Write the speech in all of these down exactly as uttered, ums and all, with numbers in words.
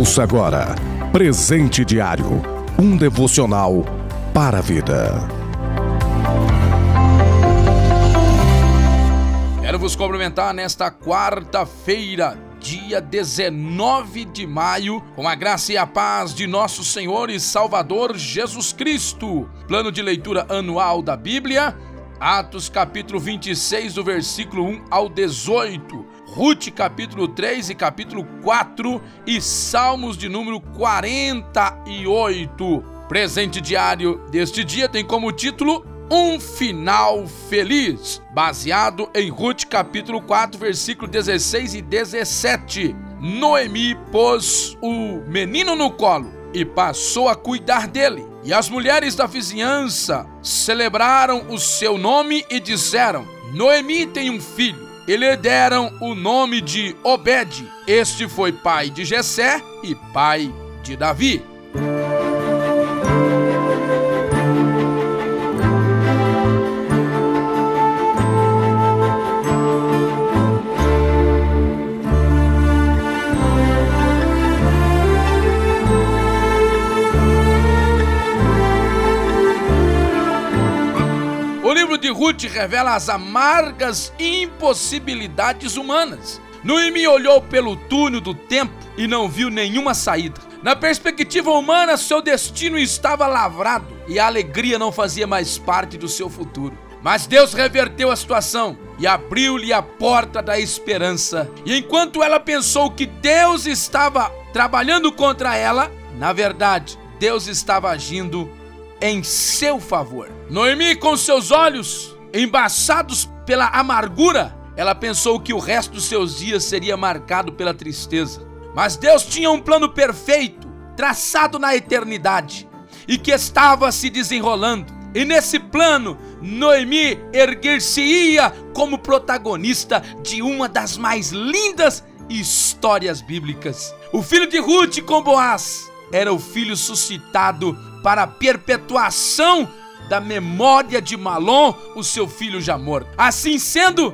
Ouça agora Presente Diário, um devocional para a vida. Quero vos cumprimentar nesta quarta-feira, dia dezenove de maio, com a graça e a paz de nosso Senhor e Salvador Jesus Cristo. Plano de leitura anual da Bíblia, Atos capítulo vinte e seis, do versículo um ao dezoito, Ruth capítulo três e capítulo quatro e Salmos de número quarenta e oito. Presente diário deste dia tem como título Um Final Feliz, baseado em Ruth capítulo quatro, versículo dezesseis e dezessete. Noemi pôs o menino no colo e passou a cuidar dele. E as mulheres da vizinhança celebraram o seu nome e disseram: Noemi tem um filho. E lhe deram o nome de Obed. Este foi pai de Jessé e pai de Davi. O livro de Ruth revela as amargas impossibilidades humanas. Noemi olhou pelo túnel do tempo e não viu nenhuma saída. Na perspectiva humana, seu destino estava lavrado e a alegria não fazia mais parte do seu futuro. Mas Deus reverteu a situação e abriu-lhe a porta da esperança. E enquanto ela pensou que Deus estava trabalhando contra ela, na verdade, Deus estava agindo em seu favor. Noemi, com seus olhos embaçados pela amargura, ela pensou que o resto dos seus dias seria marcado pela tristeza. Mas Deus tinha um plano perfeito, traçado na eternidade, e que estava se desenrolando. E nesse plano, Noemi erguer-se-ia como protagonista de uma das mais lindas histórias bíblicas. O filho de Ruth com Boaz era o filho suscitado para a perpetuação da memória de Malom, o seu filho já morto. Assim sendo,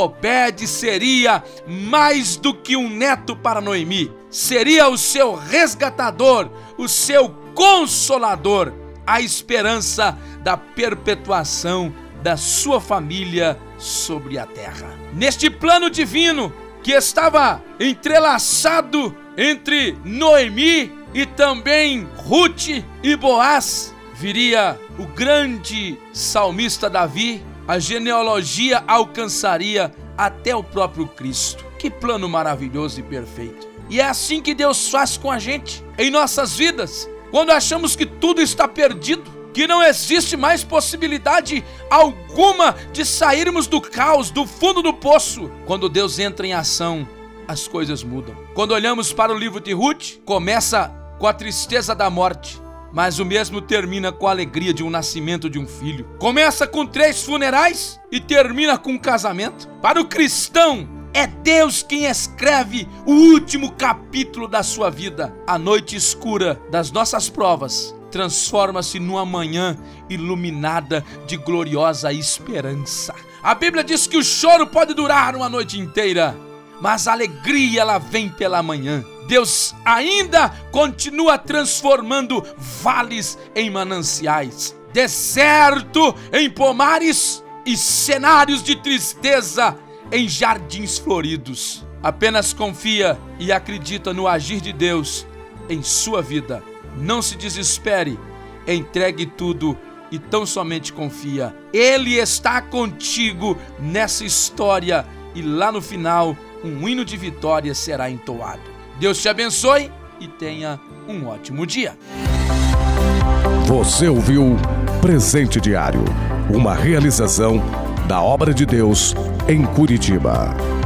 Obed seria mais do que um neto para Noemi. Seria o seu resgatador, o seu consolador, a esperança da perpetuação da sua família sobre a terra. Neste plano divino que estava entrelaçado entre Noemi e também Ruth e Boaz, viria o grande salmista Davi. A genealogia alcançaria até o próprio Cristo. Que plano maravilhoso e perfeito. E é assim que Deus faz com a gente, em nossas vidas, quando achamos que tudo está perdido, que não existe mais possibilidade alguma de sairmos do caos, do fundo do poço. Quando Deus entra em ação, as coisas mudam. Quando olhamos para o livro de Ruth, começa com a tristeza da morte, mas o mesmo termina com a alegria de um nascimento de um filho. Começa com três funerais e termina com um casamento. Para o cristão, é Deus quem escreve o último capítulo da sua vida. A noite escura das nossas provas transforma-se numa manhã iluminada de gloriosa esperança. A Bíblia diz que o choro pode durar uma noite inteira, mas a alegria, ela vem pela manhã. Deus ainda continua transformando vales em mananciais, deserto em pomares e cenários de tristeza em jardins floridos. Apenas confia e acredita no agir de Deus em sua vida. Não se desespere, entregue tudo e tão somente confia. Ele está contigo nessa história e lá no final um hino de vitória será entoado. Deus te abençoe e tenha um ótimo dia. Você ouviu Presente Diário, uma realização da Obra de Deus em Curitiba.